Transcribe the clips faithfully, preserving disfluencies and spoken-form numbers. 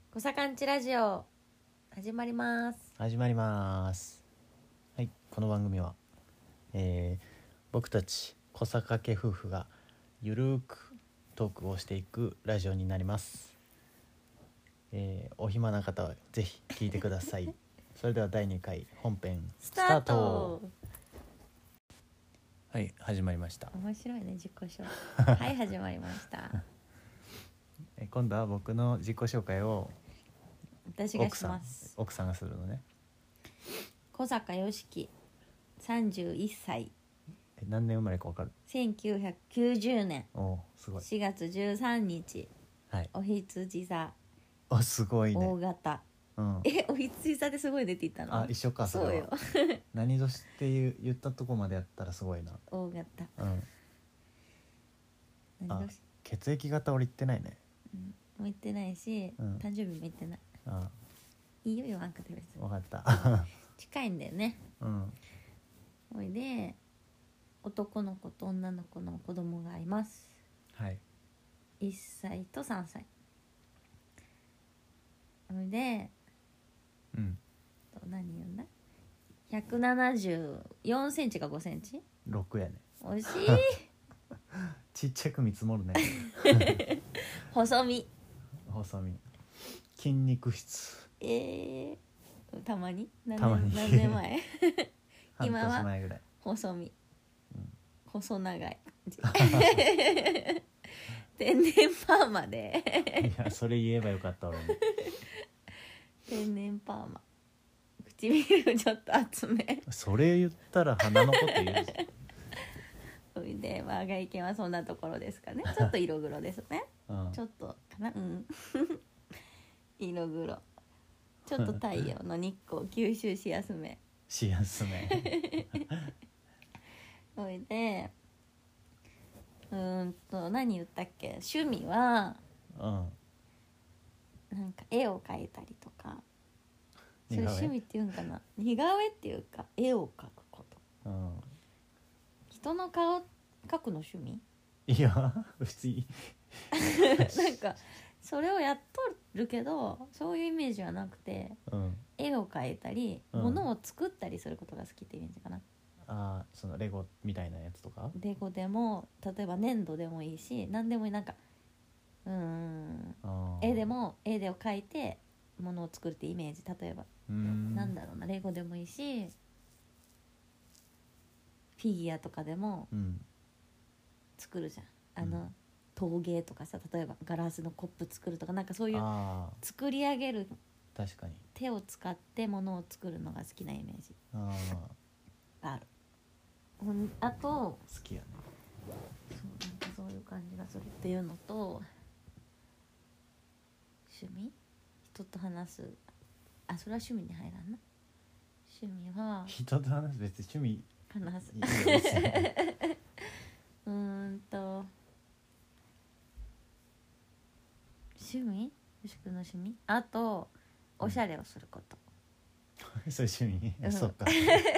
小坂んちラジオ始まります。 始まります。はい、この番組は、えー、僕たち小坂家夫婦がゆるーくトークをしていくラジオになります。えー、お暇な方はぜひ聞いてください。それではだいにかい本編スタート。 はい、始まりました。 面白いね、自己紹介。はい、始まりました。 え今度は僕の自己紹介を私がし奥さんます。 奥さんがするのね。 小坂よしきさんじゅういっさい、 え何年生まれか分かる？ せんきゅうひゃくきゅうじゅうねんおすごい。 しがつじゅうさんにち、 はい。 お羊座おすごいね。 大型。 うん。 え、お羊座ですごいねって言ったの？ あ、一緒か。それはそうよ。 何年っていう言ったとこまでやったらすごいな。 大型。 うん。あ何年、 血液型俺言ってないね。 うん、もう言ってないし、 うん誕生日も言ってない。 あいいよ、言わんくて別に。 分かった近いんだよね。 うんおいで、男の子と女の子の子供がいます。 はいいっさいとさんさい。おいで、 うん何言うんだ、ひゃくななじゅうよんセンチかごセンチ。 ろくやね。 惜しいちっちゃく見積もるね細身。 細身筋肉質えー、たまに何年たまに何年前半今は年前ぐらい細身、 うん細長い感じ天然パーマでいやそれ言えばよかった俺も天然パーマ、唇ちょっと厚め。 それ言ったら鼻のこと言うじおいで、まあ外見はそんなところですかね。ちょっと色黒ですね。 ゃん、うん、 ちょっとかな、うん色黒、ちょっと太陽の日光吸収しやすめ。 しやすめおいで、うーんと何言ったっけ、趣味はうんなんか絵を描いたりとか、それ似顔絵趣味っていうんかな、似顔絵っていうか絵を描くこと。 うん人の顔描くの趣味いや別になんかそれをやっとるけど、そういうイメージはなくて、 うん絵を描いたり、 うん物を作ったりすることが好きってイメージかな。 あそのレゴみたいなやつとかレゴでも例えば粘土でもいいし、何でもいい、なんかうーんあー絵でも絵でを描いて物を作るってイメージ。例えば、 うーんなんだろうな、レゴでもいいし、フィギュアとかでもうん作るじゃん。あの、 うん陶芸とかさ、例えばガラスのコップ作るとか、なんかそういうあ作り上げる、 ー確かに手を使って物を作るのが好きなイメージあーがある。ほんあと好きやね。 そう、なんかそういう感じがするっていうのと、趣味、人と話す、あ、それは趣味に入らんな。趣味は人と話す別に趣味話すいいよ別にうーんと趣味、よしくんの趣味、あとおしゃれをすること、 そういう趣味、 うんそうか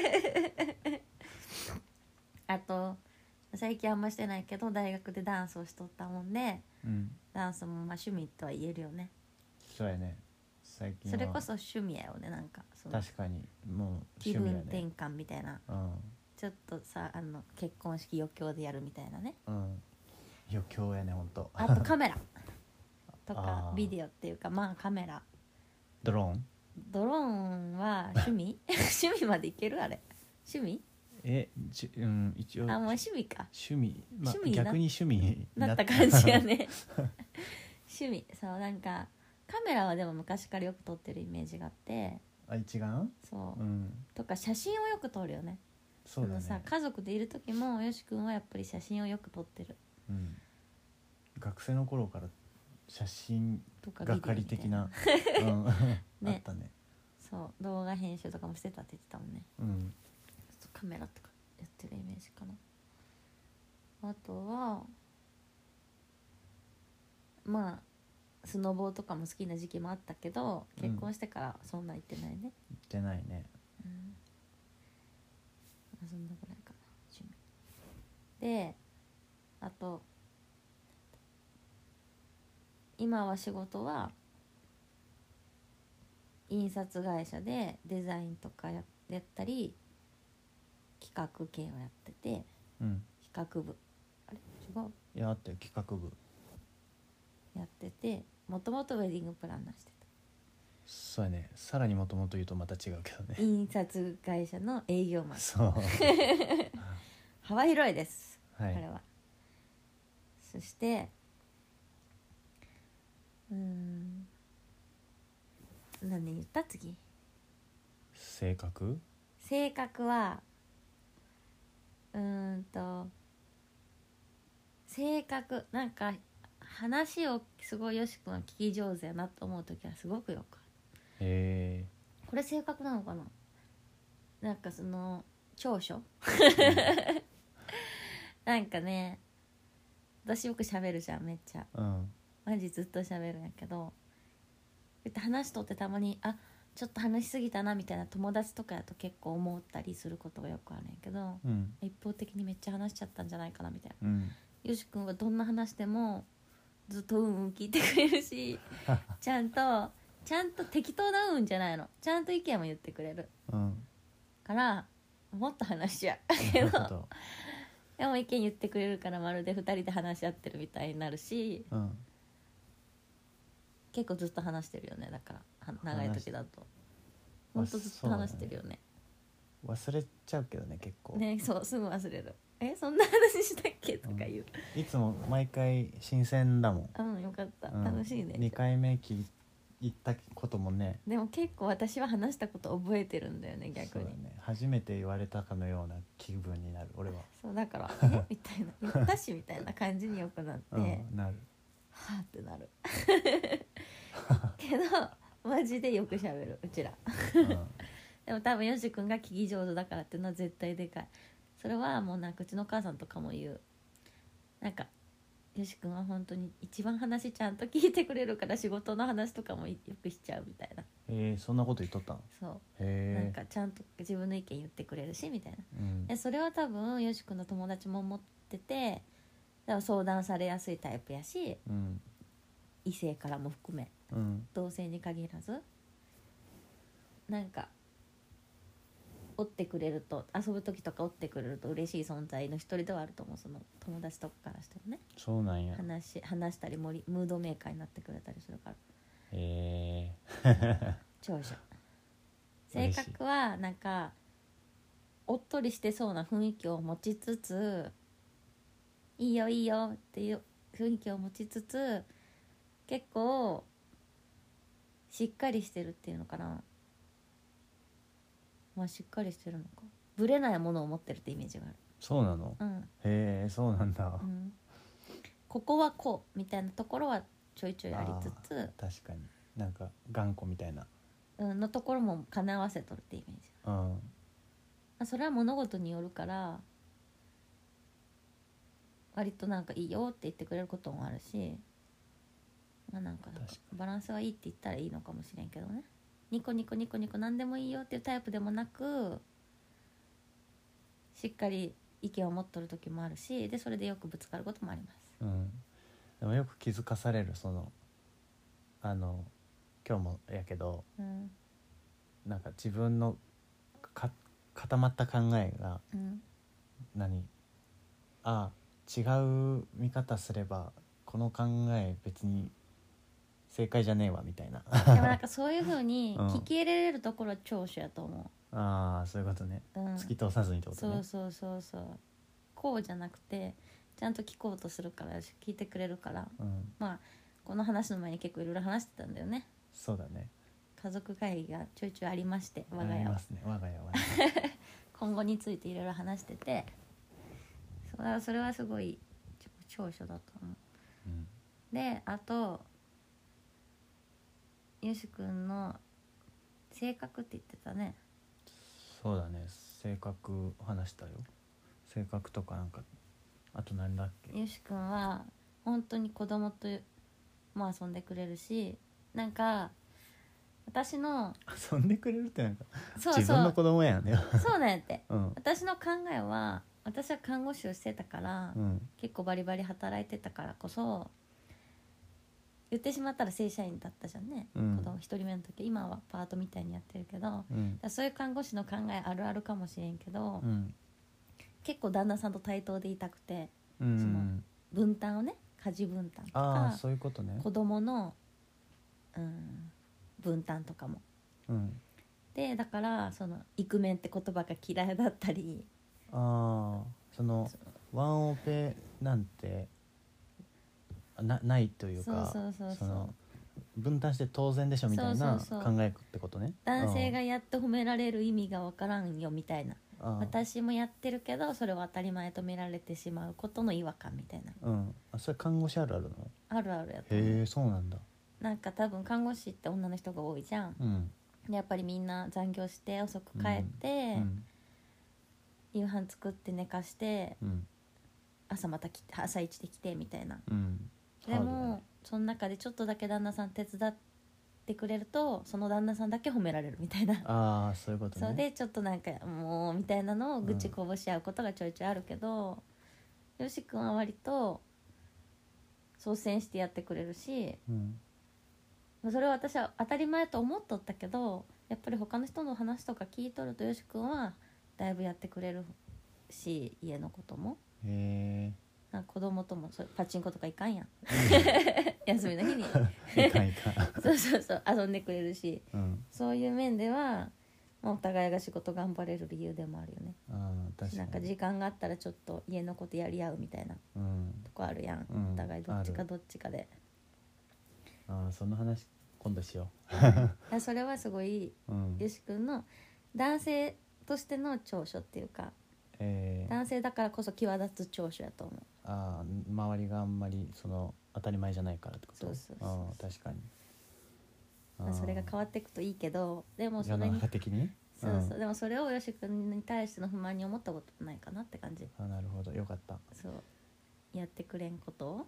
あと最近あんましてないけど大学でダンスをしとったもんで、 うんダンスもまあ趣味とは言えるよね。 そうやね。最近はそれこそ趣味やよね。なんかその確かにもう気分趣味やね。 転換みたいな、 うんちょっとさ、あの結婚式余興でやるみたいなね。 うん余興やねほんと。 あとカメラとかあービデオっていうか、まあカメラ、 ドローンドローンは趣味趣味までいけるあれ趣味、 えちうん一応あ、もう趣味か、 趣味、まあ、 趣味にな逆に趣味になった感じやね趣味、そう、なんかカメラはでも昔からよく撮ってるイメージがあって、 あ一眼そうう、 んとか写真をよく撮るよね。 そうだあのさ、 ね。 家族でいる時もよしくんはやっぱり写真をよく撮ってるうん学生の頃から写真とかビデオ係みたい的なうんねあったね。 そう動画編集とかもしてたって言ってたもんね。 うんそうカメラとかやってるイメージかな。あとはまあスノボーとかも好きな時期もあったけど、結婚してからそんな行ってないね。 言ってないね。 うん、まあそんなぐらいかな趣味で。あと、今は仕事は印刷会社でデザインとか や, やったり企画系をやってて、 うん企画部あれ違ういやあったよ企画部。 やってて、もともとウェディングプランナーしてそうやね、さらにもともと言うとまた違うけどねた。印刷会社の営業マン。 そう幅広いです、 はいこれは。そしてうーん何言った次。 性格性格はうーんと性格なんか話をすごいよし君は聞き上手やなと思う時はすごくよくある。 へえこれ性格なのかな。なんかその長所なんかね、私よく喋るじゃんめっちゃ。 うんマジずっと喋るんやけど、こうやって話しとってたまにあちょっと話しすぎたなみたいな友達とかだと結構思ったりすることがよくあるんやけど、 うん一方的にめっちゃ話しちゃったんじゃないかなみたいな。 うんよし君はどんな話でもずっとうんうん聞いてくれるしちゃんとちゃんと適当なうんじゃないの、ちゃんと意見も言ってくれるうんからもっと話しちゃうけどなるほどでも意見言ってくれるからまるでふたりで話し合ってるみたいになるし、 うん結構ずっと話してるよね。だからは長い時だとほまあんとずっと話してるよね。 忘れちゃうけどね結構ね、そうすぐ忘れる。えそんな話したっけとか言う。 いつも毎回新鮮だもん、 うん、よかった、 うん、 楽しいね。 にかいめ聞い言ったこともねでも結構私は話したこと覚えてるんだよね逆に。 そうだね、初めて言われたかのような気分になる俺は。 そうだからえみたいな言ったしみたいな感じによくなって、 うんなるはあってなるけどマジでよく喋るうちらうんでも多分よし君が聞き上手だからっていうのは絶対でかい。それはもうなんかうちのお母さんとかも言う。なんかよし君は本当に一番話ちゃんと聞いてくれるから仕事の話とかもよくしちゃうみたいな。 えー、そんなこと言っとったの。 そうへえなんかちゃんと自分の意見言ってくれるしみたいな。 うんでそれは多分よし君の友達も思ってて、だから相談されやすいタイプやし、 うん異性からも含めうん同性に限らずなんか追ってくれると、遊ぶ時とか追ってくれると嬉しい存在の一人ではあると思う。その友達とかからしてもね、 そうなんや。 話話したり盛りムードメーカーになってくれたりするから。 へえ長所性格はなんかおっとりしてそうな雰囲気を持ちつつ、いいよいいよっていう雰囲気を持ちつつ、結構しっかりしてるっていうのかな。まあしっかりしてるのか、ブレないものを持ってるってイメージがある。 そうなの。 うん、 へえそうなんだ、 うん、ここはこうみたいなところはちょいちょいありつつ、 確かになんか頑固みたいなうん、のところも兼ね合わせとるってイメージ。 うんまあ、それは物事によるから割となんかいいよって言ってくれることもあるし、まあなんかなんかバランスはいいって言ったらいいのかもしれんけどね。ニコニコニコニコ何でもいいよっていうタイプでもなく、しっかり意見を持っとる時もあるし、でそれでよくぶつかることもあります。 うんでもよく気づかされる、そのあの今日もやけど、 うん、 なんか自分のか固まった考えがうん、 何あ違う見方すればこの考え別に正解じゃねえわみたいなでもなんかそういう風に聞き入れれるところは長所やと思ああそういうことね、 う、うん、 突き通さずにってことね。 そうそうそうそう、こうじゃなくてちゃんと聞こうとするから聞いてくれるから、 うんまあこの話の前に結構いろいろ話してたんだよね。 そうだね。 家族会議がちょいちょいありまして、我が家はありますね、我が家はね今後についていろいろ話してて、それはそれはすごい長所だと思う。 うんであとよし君の性格って言ってたね。 そうだね、性格話したよ。性格とかなんかあと何だっけ。 よし君は本当に子供とも遊んでくれるし、なんか私の遊んでくれるってなんかそうそう自分の子供やんねそうなんやってうん私の考えは、私は看護師をしてたから、 うん結構バリバリ働いてたからこそ言ってしまったら正社員だったじゃんね、 うん子供一人目の時。今はパートみたいにやってるけど、 うんそういう看護師の考えあるあるかもしれんけど、 うん結構旦那さんと対等でいたくて、 うんその分担をね、家事分担とかああそういうことね。 子供の、うん、分担とかもうんで、だからそのイクメンって言葉が嫌いだったり、 ああそのワンオペなんてなないというか、 そうそうそうそうその分担して当然でしょみたいなそうそうそう考えってことね。 男性がやっと褒められる意味がわからんよみたいな、 ああ私もやってるけどそれを当たり前と見られてしまうことの違和感みたいな、 うんあそれ看護師あるあるの？ あるあるやと思う。 へえそうなんだ。 なんか多分看護師って女の人が多いじゃん。 うんでやっぱりみんな残業して遅く帰って、 うん夕飯作って寝かしてうん朝また来て朝一で来てみたいな。 うんでも、その中でちょっとだけ旦那さん手伝ってくれるとその旦那さんだけ褒められるみたいな、 ああそういうことね。 そうでちょっとなんかもうみたいなのを愚痴こぼし合うことがちょいちょいあるけど、よし君は割と率先してやってくれるし、 うんそれは私は当たり前と思っとったけど、やっぱり他の人の話とか聞いとるとよし君はだいぶやってくれるし、家のこともへなんか子供ともそれパチンコとか行かんやん休みの日にえいかんいかんそうそうそう遊んでくれるし、 うんそういう面では、まあ、お互いが仕事頑張れる理由でもあるよね。 ああ確かになんか時間があったらちょっと家のことやり合うみたいなうんとこあるやん、 うんお互いどっちあるかどっちかでああその話今度しよいやそれはすごい、 う。うんよし君の男性としての長所っていうか、 えー、 男性だからこそ際立つ長所やと思う。 ああ周りがあんまりその当たり前じゃないからってこと？ そうそうそうああ確かに。 まあ、それが変わっていくといいけど、でもそれ世のに中的にそうそう、 ん、 でもそれをよし君に対しての不満に思ったことないかなって感じ。 あなるほどよかった、 そうやってくれんことを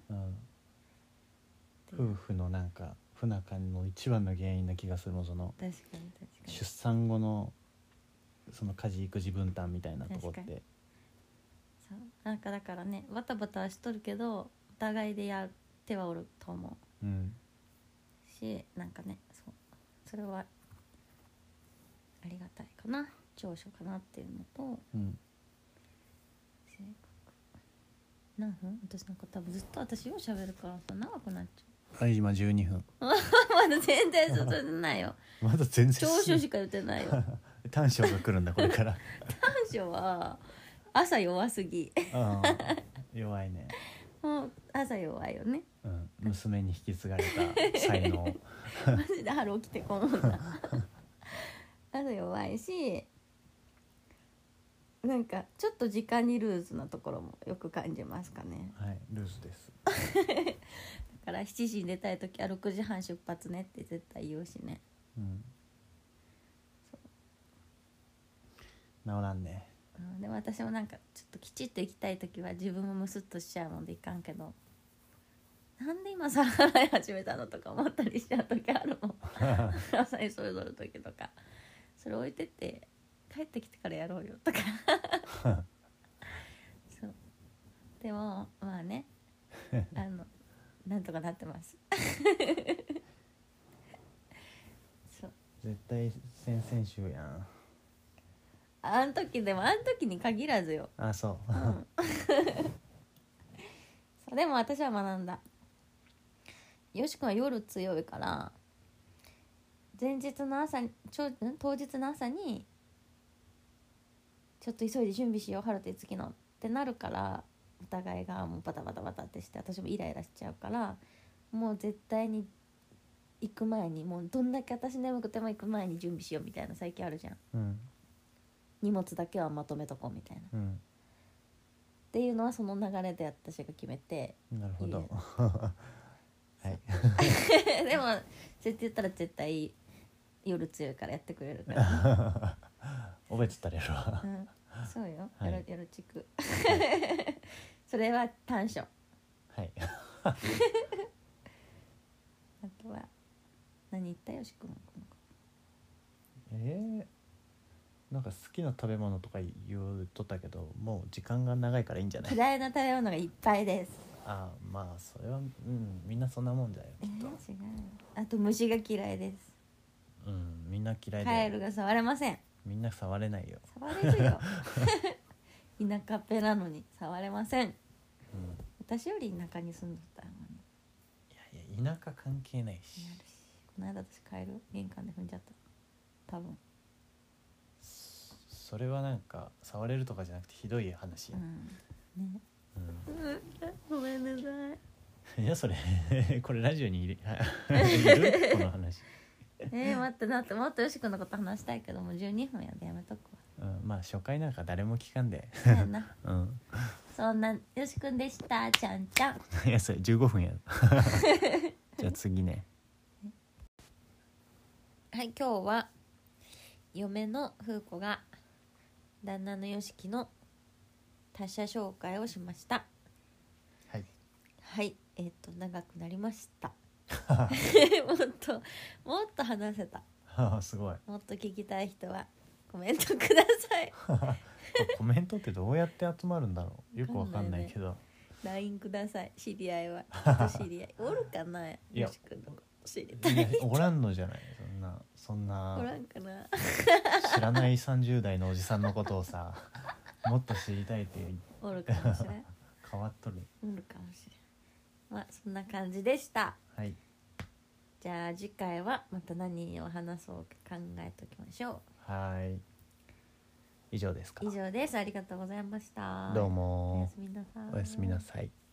うん、夫婦のなんか不仲の一番の原因な気がするもん。その確かに確かに出産後のその家事育児分担みたいなとこっ確かてそうなんかだからね、バタバタはしとるけどお互いでやってはおると思ううんし、なんかね、そうそれはありがたいかな、長所かなっていうのと、 うん性格何分？私なんか多分ずっと私よう喋るからさ長くなっちゃはい今じゅうにふんうまだ全然進んでないよまだ全然長所しか言ってないよ短所が来るんだこれから短所は朝弱すぎあ弱いね、 もう朝弱いよねうん、娘に引き継がれた才能マジで春起きてこんもんな朝弱いし、なんかちょっと時間にルーズなところもよく感じますかね。 はいルーズですだからしちじに出たい時はろくじはん出発ねって絶対言うしね。 うん治らんね。 うん、でも私もなんかちょっときちっと行きたい時は自分もムスッとしちゃうのでいかんけど、なんで今更払い始めたのとか思ったりしちゃう時あるもん朝にそれぞれ時とか、それ置いてって帰ってきてからやろうよとかそうでもまあねあのなんとかなってますそう絶対先々週やん。 あん時でもあん時に限らずよ、 あそう、 うんそうでも私は学んだ。よしくんは夜強いから前日の朝にちょ当日の朝にちょっと急いで準備しよう春と次のってなるから、お互いがもうバタバタバタってして私もイライラしちゃうから、もう絶対に行く前にもうどんだけ私眠くても行く前に準備しようみたいな最近あるじゃん。 うん荷物だけはまとめとこうみたいなっうんていうのはその流れで私が決めてなるほどいいはいでも絶対言ったら絶対夜強いからやってくれるから覚えてたらやるわうん、そうよ、 はいよろよろちくそれは短所。 はいあとは何言ったよしくんこの子えー、なんか好きな食べ物とか言うとったけどもう時間が長いからいいんじゃない？ 嫌いな食べ物がいっぱいですあまあそれはうんみんなそんなもんだよえー、 きっと、 違う。あと虫が嫌いです。 うんみんな嫌いカだよ。 エルが触れません。 みんな触れないよ。 触れるよ田舎っぺなのに触れません。 うん私より田舎に住んでたもんね。 いやいや田舎関係ないし。 やるし、この間私カエル玄関で踏んじゃった。多分。 それはなんか触れるとかじゃなくてひどい話や、 うんね。 うんうん、ごめんなさい。 いやそれこれラジオに入れいるこの話、 えー、待ってだってもっとよし君のこと話したいけどもうじゅうにふんやでやめとくわ。 うん、まあ初回なんか誰も聞かんでそうやな。 うんそんなよし君でした。ちゃんちゃん。 いやそれじゅうごふんやじゃあ次ね。 はい、今日は嫁の風子が旦那のよしきの他者紹介をしました。 はいはいえっ、と長くなりましたもっともっと話せた。 すごいもっと聞きたい人はコメントくださいコメントってどうやって集まるんだろうよくわかんないけど、 ライン ください。知り合いはきっと知り合いおるかな。よやし君のこと知りたいいやおらんのじゃないそんなそんおらなんかな知らないさんじゅう代のおじさんのことをさもっと知りたいっておるかもしれん変わっとる。 おるかもしれん。まあそんな感じでした。 はいじゃあ次回はまた何を話そうか考えておきましょはい以上ですか。 う。以上です。ありがとうございました。 どうおやもすみなさい。 おやすみなさい。